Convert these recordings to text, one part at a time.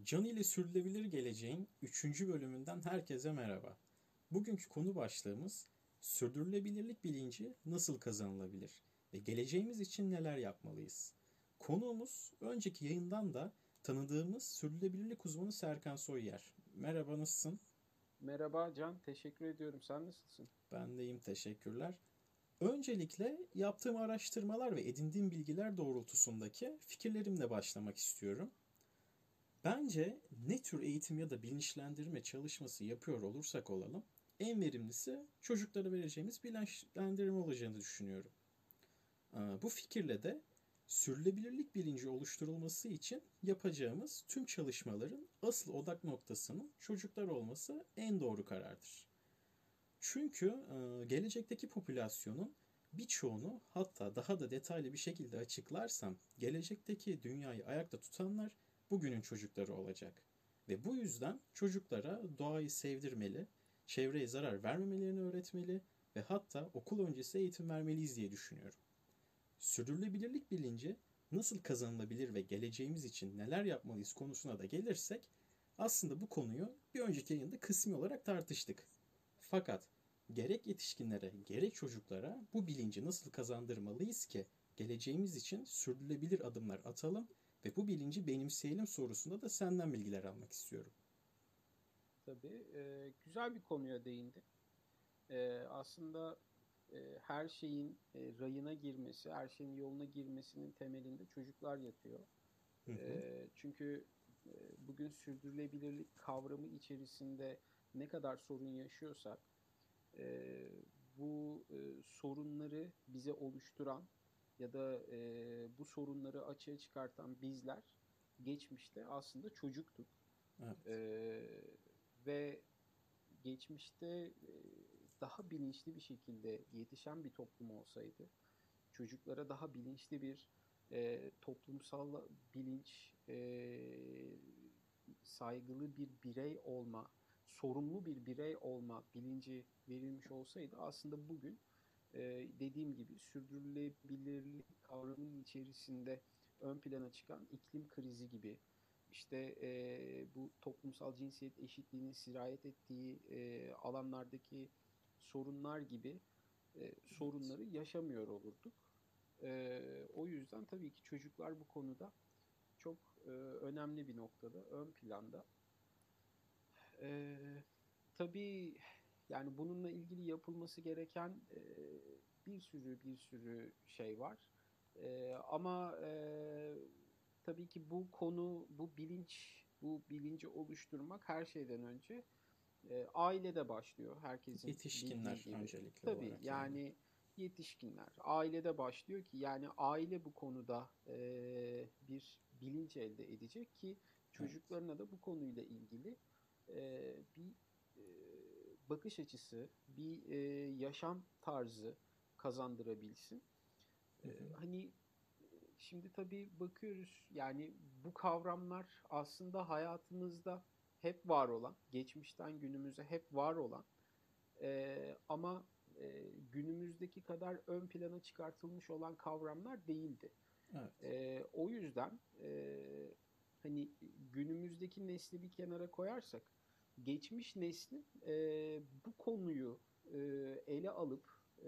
Can ile Sürdürülebilir Geleceğin üçüncü bölümünden herkese merhaba. Bugünkü konu başlığımız sürdürülebilirlik bilinci nasıl kazanılabilir ve geleceğimiz için neler yapmalıyız? Konuğumuz önceki yayından da tanıdığımız sürdürülebilirlik uzmanı Serkan Soyyer. Merhaba, nasılsın? Merhaba Can, teşekkür ediyorum. Sen nasılsın? Ben de iyiyim, teşekkürler. Öncelikle yaptığım araştırmalar ve edindiğim bilgiler doğrultusundaki fikirlerimle başlamak istiyorum. Bence ne tür eğitim ya da bilinçlendirme çalışması yapıyor olursak olalım, en verimlisi çocuklara vereceğimiz bilinçlendirme olacağını düşünüyorum. Bu fikirle de sürdürülebilirlik bilinci oluşturulması için yapacağımız tüm çalışmaların asıl odak noktasının çocuklar olması en doğru karardır. Çünkü gelecekteki popülasyonun birçoğunu, hatta daha da detaylı bir şekilde açıklarsam, gelecekteki dünyayı ayakta tutanlar bugünün çocukları olacak. Ve bu yüzden çocuklara doğayı sevdirmeli, çevreye zarar vermemelerini öğretmeli ve hatta okul öncesi eğitim vermeliyiz diye düşünüyorum. Sürdürülebilirlik bilinci nasıl kazanılabilir ve geleceğimiz için neler yapmalıyız konusuna da gelirsek, aslında bu konuyu bir önceki yayında kısmi olarak tartıştık. Fakat gerek yetişkinlere gerek çocuklara bu bilinci nasıl kazandırmalıyız ki geleceğimiz için sürdürülebilir adımlar atalım ve bu bilinci benimseyelim sorusunda da senden bilgiler almak istiyorum. Tabii, güzel bir konuya değindin. Aslında her şeyin rayına girmesi, her şeyin yoluna girmesinin temelinde çocuklar yatıyor. Hı hı. Çünkü bugün sürdürülebilirlik kavramı içerisinde ne kadar sorun yaşıyorsak, e, bu sorunları bize oluşturan ya da bu sorunları açığa çıkartan bizler geçmişte aslında çocuktuk. Evet. Ee, ve geçmişte daha bilinçli bir şekilde yetişen bir toplum olsaydı, çocuklara daha bilinçli bir toplumsal bilinç, saygılı bir birey olma, sorumlu bir birey olma bilinci verilmiş olsaydı aslında bugün dediğim gibi sürdürülebilirlik kavramının içerisinde ön plana çıkan iklim krizi gibi işte bu toplumsal cinsiyet eşitliğinin sirayet ettiği alanlardaki sorunlar gibi Evet. sorunları yaşamıyor olurduk. O yüzden tabii ki çocuklar bu konuda çok önemli bir noktada, ön planda. E, tabii yani bununla ilgili yapılması gereken bir sürü şey var. Ama tabii ki bu konu, bu bilinci oluşturmak her şeyden önce ailede başlıyor. Herkesin bildiği Yetişkinler gibi. öncelikli Tabii olarak yani. yani yetişkinler ailede başlıyor ki yani aile bu konuda bir bilinç elde edecek ki Evet. çocuklarına da bu konuyla ilgili bir e, bakış açısı, bir yaşam tarzı kazandırabilsin. Hı hı. Hani şimdi tabii bakıyoruz yani bu kavramlar aslında hayatımızda hep var olan, geçmişten günümüze hep var olan ama günümüzdeki kadar ön plana çıkartılmış olan kavramlar değildi. Evet. O yüzden hani günümüzdeki nesli bir kenara koyarsak geçmiş neslin bu konuyu ele alıp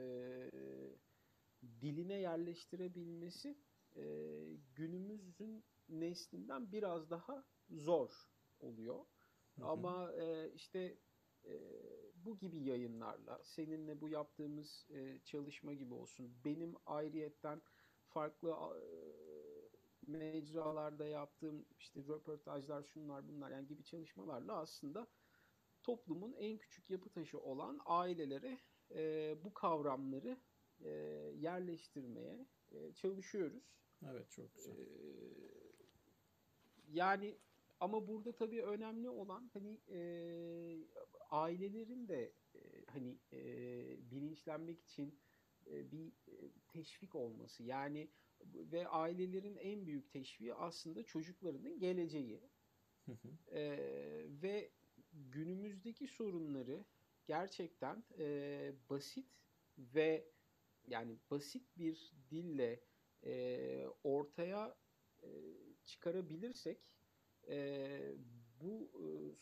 diline yerleştirebilmesi günümüzün neslinden biraz daha zor oluyor. Hı hı. Ama işte bu gibi yayınlarla, seninle bu yaptığımız çalışma gibi olsun, benim ayrıyetten farklı mecralarda yaptığım işte röportajlar, şunlar bunlar yani gibi çalışmalarla aslında toplumun en küçük yapı taşı olan ailelere bu kavramları e, yerleştirmeye çalışıyoruz. Evet, çok E, güzel. yani ama burada tabii önemli olan hani ailelerin de hani bilinçlenmek için bir teşvik olması. Yani ve ailelerin en büyük teşviği aslında çocuklarının geleceği. Hı hı. Ve günümüzdeki sorunları gerçekten basit ve yani basit bir dille ortaya e, çıkarabilirsek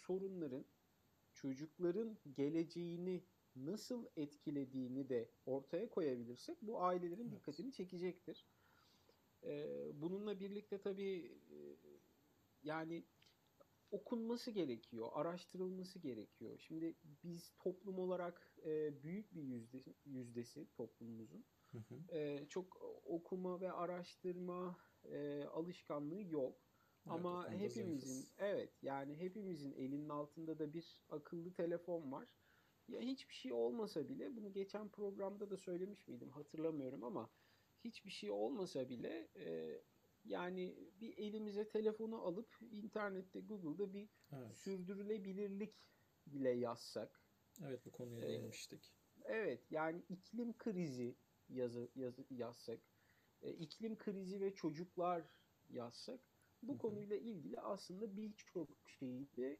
sorunların çocukların geleceğini nasıl etkilediğini de ortaya koyabilirsek bu ailelerin Evet. dikkatini çekecektir. Bununla birlikte tabii yani okunması gerekiyor, araştırılması gerekiyor. Şimdi biz toplum olarak büyük bir yüzdesi toplumumuzun Hı hı. çok okuma ve araştırma alışkanlığı yok. Evet, o Ama konuda hepimizin, zayıfız. evet yani hepimizin elinin altında da bir akıllı telefon var. Ya hiçbir şey olmasa bile, bunu geçen programda da söylemiş miydim hatırlamıyorum ama hiçbir şey olmasa bile yani bir elimize telefonu alıp internette Google'da bir Evet. sürdürülebilirlik bile yazsak, Evet, bu konuya e, değinmiştik. evet yani iklim krizi yazsak, iklim krizi ve çocuklar yazsak Hı bu hı. konuyla ilgili aslında birçok şeyi de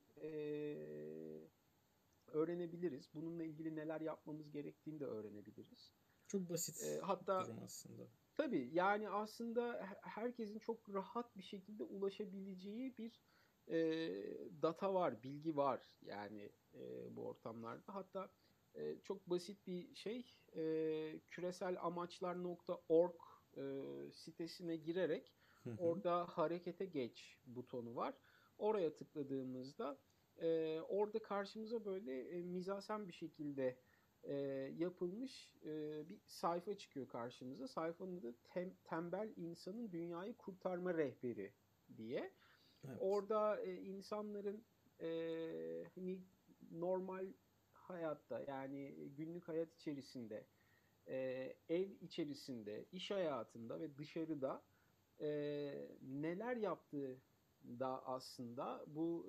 öğrenebiliriz. Bununla ilgili neler yapmamız gerektiğini de öğrenebiliriz. Çok basit bir Hatta durum aslında. tabii yani aslında herkesin çok rahat bir şekilde ulaşabileceği bir e, data var, bilgi var yani bu ortamlarda. Hatta çok basit bir şey, küreselamaçlar.org sitesine girerek Hı hı. orada harekete geç butonu var. Oraya tıkladığımızda orada karşımıza böyle mizasen bir şekilde e, yapılmış bir sayfa çıkıyor karşımıza. Sayfanın adı Tembel İnsanın Dünyayı Kurtarma Rehberi diye. Evet. Orada insanların hani normal hayatta yani günlük hayat içerisinde, ev içerisinde, iş hayatında ve dışarıda neler yaptığı da aslında bu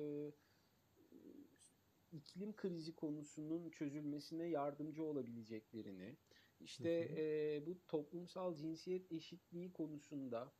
iklim krizi konusunun çözülmesine yardımcı olabileceklerini, Hı işte hı. bu toplumsal cinsiyet eşitliği konusunda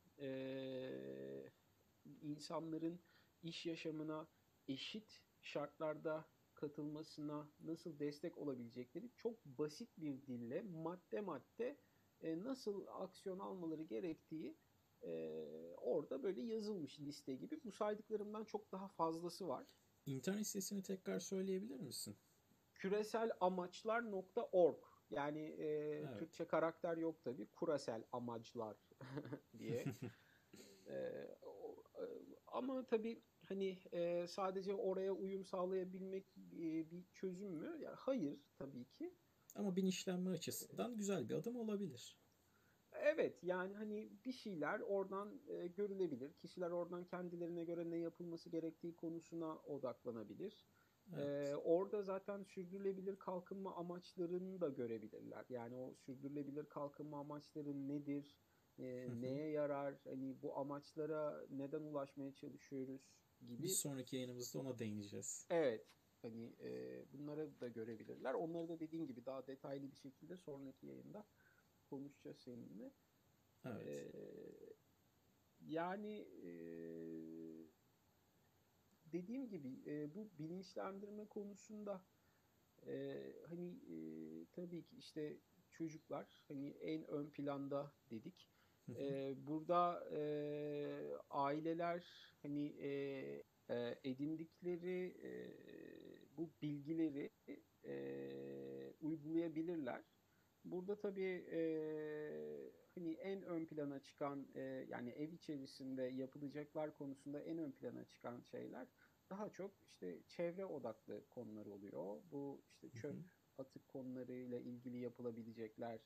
insanların iş yaşamına eşit şartlarda katılmasına nasıl destek olabilecekleri çok basit bir dille madde madde nasıl aksiyon almaları gerektiği orada böyle yazılmış liste gibi. Bu saydıklarımdan çok daha fazlası var. İnternet sitesini tekrar söyleyebilir misin? Küreselamaçlar.org, yani Evet. Türkçe karakter yok tabii. Kurasel amaçlar diye. E, ama tabii hani sadece oraya uyum sağlayabilmek bir çözüm mü? Ya, hayır tabii ki. Ama bilinçlenme açısından güzel bir adım olabilir. Evet yani hani bir şeyler oradan görülebilir. Kişiler oradan kendilerine göre ne yapılması gerektiği konusuna odaklanabilir. Evet. Orada zaten sürdürülebilir kalkınma amaçlarını da görebilirler. Yani o sürdürülebilir kalkınma amaçları nedir? Hı hı. Neye yarar? Hani bu amaçlara neden ulaşmaya çalışıyoruz Bir gibi. sonraki yayınımızda ona değineceğiz. Evet. Hani bunları da görebilirler. Onları da dediğin gibi daha detaylı bir şekilde sonraki yayında konuşacağız seninle. Evet. Ee, yani dediğim gibi bu bilinçlendirme konusunda hani tabii ki işte çocuklar hani en ön planda dedik. Hı hı. Burada aileler hani edindikleri bu bilgileri uygulayabilirler. Burada tabii hani en ön plana çıkan yani ev içerisinde yapılacaklar konusunda en ön plana çıkan şeyler daha çok işte çevre odaklı konular oluyor. Bu işte Hı çöp hı. atık konularıyla ilgili yapılabilecekler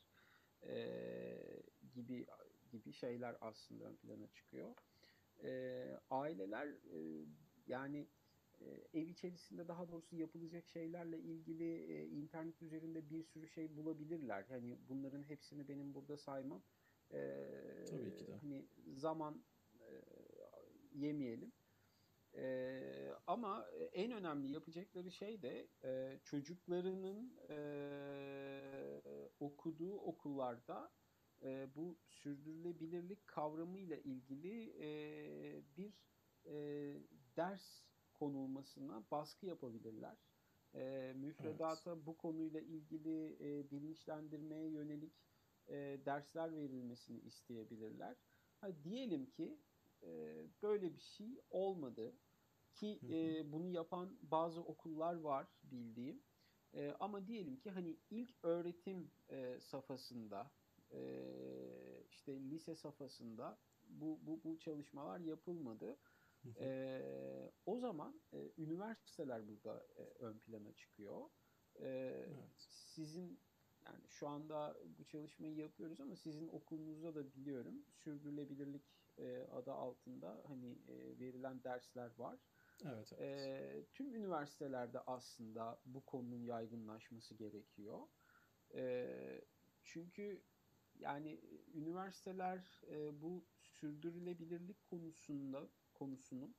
gibi gibi şeyler aslında ön plana çıkıyor. Aileler yani ev içerisinde daha doğrusu yapılacak şeylerle ilgili internet üzerinde bir sürü şey bulabilirler. Hani bunların hepsini benim burada saymam. Tabii ki de. Hani zaman yemeyelim. Ama en önemli yapacakları şey de çocuklarının okuduğu okullarda bu sürdürülebilirlik kavramıyla ilgili bir e, ders konulmasına baskı yapabilirler. Evet. Müfredata bu konuyla ilgili bilinçlendirmeye yönelik dersler verilmesini isteyebilirler. Ha, diyelim ki böyle bir şey olmadı. Ki Hı hı. bunu yapan bazı okullar var bildiğim. Ama diyelim ki hani ilk öğretim safhasında, işte lise safhasında bu çalışmalar yapılmadı. Hı hı. O zaman üniversiteler burada ön plana çıkıyor. Evet. Sizin, yani şu anda bu çalışmayı yapıyoruz ama sizin okulunuzda da biliyorum sürdürülebilirlik adı altında hani verilen dersler var. Evet, evet. Tüm üniversitelerde aslında bu konunun yaygınlaşması gerekiyor. E, Çünkü yani üniversiteler bu sürdürülebilirlik konusunun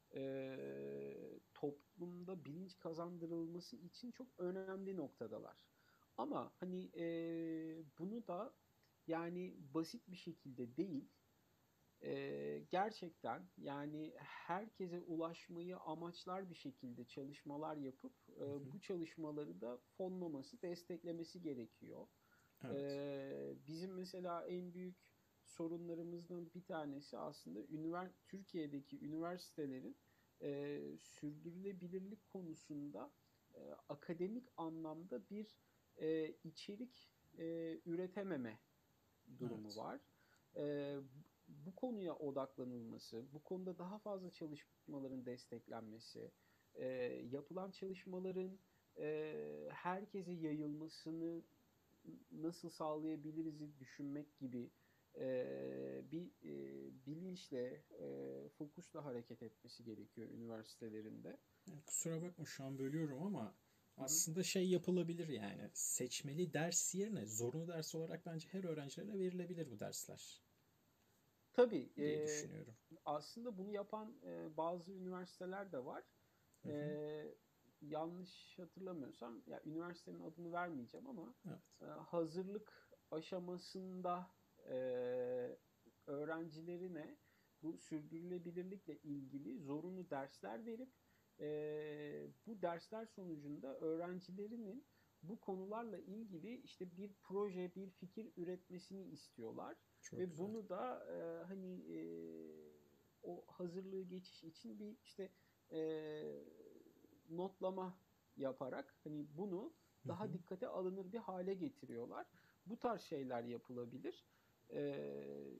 toplumda bilinç kazandırılması için çok önemli noktadalar. Ama hani bunu da yani basit bir şekilde değil, gerçekten yani herkese ulaşmayı amaçlar bir şekilde çalışmalar yapıp Hı hı. bu çalışmaları da fonlaması, desteklemesi gerekiyor. Evet. Bizim mesela en büyük sorunlarımızdan bir tanesi aslında Türkiye'deki üniversitelerin sürdürülebilirlik konusunda akademik anlamda bir içerik üretememe durumu Evet. var. E, Bu konuya odaklanılması, bu konuda daha fazla çalışmaların desteklenmesi, e, yapılan çalışmaların herkese yayılmasını nasıl sağlayabiliriz düşünmek gibi bir bilinçle, fokusla hareket etmesi gerekiyor üniversitelerinde. Yani kusura bakma şu an bölüyorum ama Hı hı. aslında şey yapılabilir yani. Seçmeli ders yerine zorunlu ders olarak bence her öğrencilere verilebilir bu dersler Tabii diye düşünüyorum. aslında bunu yapan bazı üniversiteler de var. Hı hı. E, Yanlış hatırlamıyorsam, ya üniversitenin adını vermeyeceğim ama Evet. hazırlık aşamasında e, öğrencilerine bu sürdürülebilirlikle ilgili zorunlu dersler verip bu dersler sonucunda öğrencilerinin bu konularla ilgili işte bir proje, bir fikir üretmesini istiyorlar. Çok Ve güzel. bunu da hani o hazırlığı geçiş için bir işte e, notlama yaparak hani bunu Hı hı. daha dikkate alınır bir hale getiriyorlar. Bu tarz şeyler yapılabilir. E,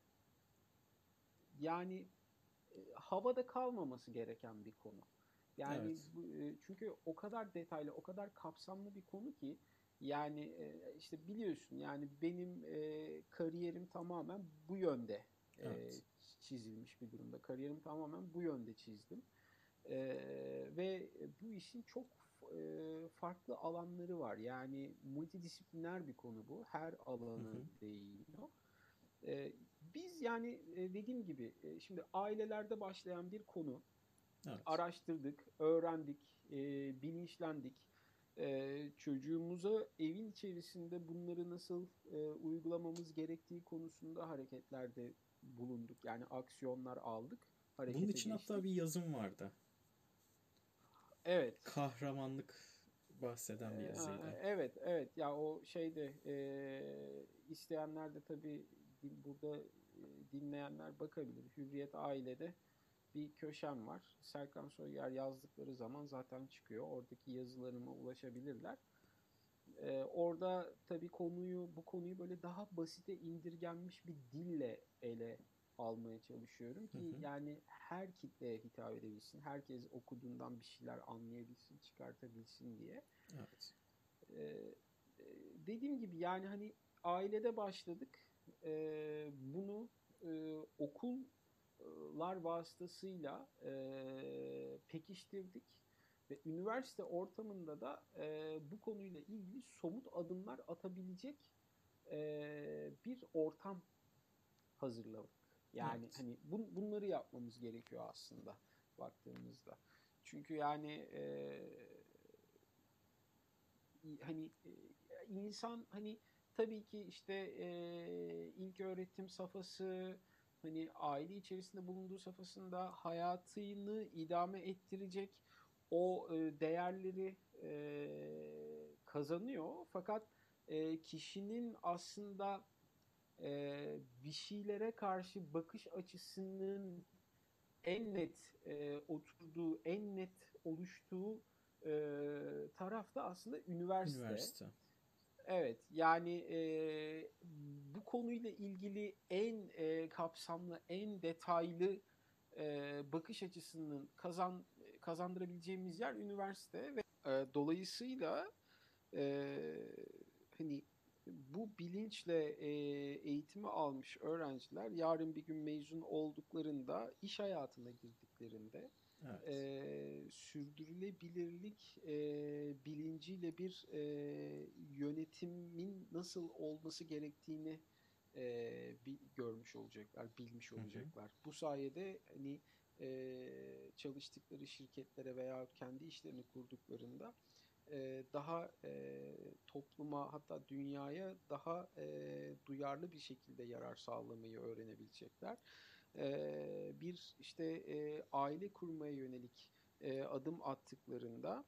Yani havada kalmaması gereken bir konu. Yani Evet. çünkü o kadar detaylı, o kadar kapsamlı bir konu ki yani işte biliyorsun yani benim kariyerim tamamen bu yönde Evet. çizilmiş bir durumda. Kariyerimi tamamen bu yönde çizdim. Ve bu işin çok farklı alanları var. Yani multidisipliner bir konu bu. Her Hı alanı hı. değiniyor. Biz yani dediğim gibi şimdi ailelerde başlayan bir konu, Evet. araştırdık, öğrendik, bilinçlendik. Çocuğumuza evin içerisinde bunları nasıl uygulamamız gerektiği konusunda hareketlerde bulunduk. Yani aksiyonlar aldık, Bunun harekete için hatta bir geçtik. yazım vardı. Evet. Kahramanlık bahseden bir yazıydı. Evet, evet. Ya o şeyde isteyenler de tabii burada dinleyenler bakabilir. Hürriyet Aile'de bir köşem var. Serkan Soyger yazdıkları zaman zaten çıkıyor. Oradaki yazılarıma ulaşabilirler. Orada tabii bu konuyu böyle daha basite indirgenmiş bir dille ele almaya çalışıyorum Hı ki hı. yani her kitleye hitap edebilsin. Herkes okuduğundan bir şeyler anlayabilsin, çıkartabilsin diye. Evet. Ee, Dediğim gibi yani hani ailede başladık. Bunu okullar vasıtasıyla pekiştirdik ve üniversite ortamında da bu konuyla ilgili somut adımlar atabilecek bir ortam hazırladık. Yani Evet. hani bunları yapmamız gerekiyor aslında baktığımızda. Çünkü yani hani insan hani tabii ki işte ilk öğretim safhası, hani aile içerisinde bulunduğu safhasında hayatını idame ettirecek o değerleri kazanıyor. Fakat kişinin aslında bir şeylere karşı bakış açısının en net oturduğu, en net oluştuğu tarafta aslında üniversite. Üniversite. Evet, yani bu konuyla ilgili en kapsamlı, en detaylı bakış açısının kazandırabileceğimiz yer üniversite ve dolayısıyla e, hani bu bilinçle eğitimi almış öğrenciler yarın bir gün mezun olduklarında, iş hayatına girdiklerinde Evet. sürdürülebilirlik bilinciyle bir yönetimin nasıl olması gerektiğini görmüş olacaklar, bilmiş Hı hı. olacaklar. Bu sayede hani çalıştıkları şirketlere veya kendi işlerini kurduklarında daha topluma, hatta dünyaya daha duyarlı bir şekilde yarar sağlamayı öğrenebilecekler. Bir işte aile kurmaya yönelik adım attıklarında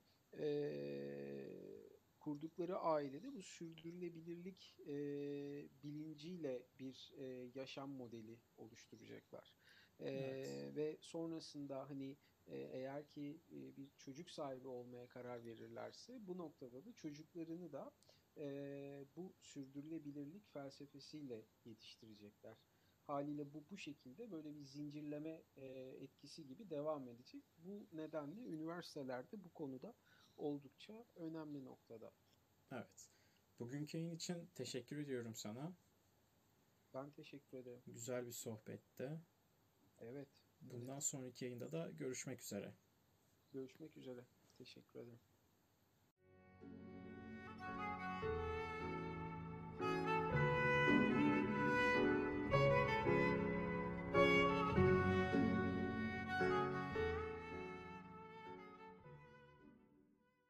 kurdukları ailede bu sürdürülebilirlik bilinciyle bir yaşam modeli oluşturacaklar. Evet. Ve sonrasında hani eğer ki bir çocuk sahibi olmaya karar verirlerse bu noktada da çocuklarını da bu sürdürülebilirlik felsefesiyle yetiştirecekler. Haliyle bu şekilde böyle bir zincirleme etkisi gibi devam edecek. Bu nedenle üniversitelerde bu konuda oldukça önemli noktada. Evet. Bugünkü yayın için teşekkür ediyorum sana. Ben teşekkür ederim. Güzel bir sohbette. Evet, evet. Bundan sonraki yayında da görüşmek üzere. Görüşmek üzere. Teşekkür ederim.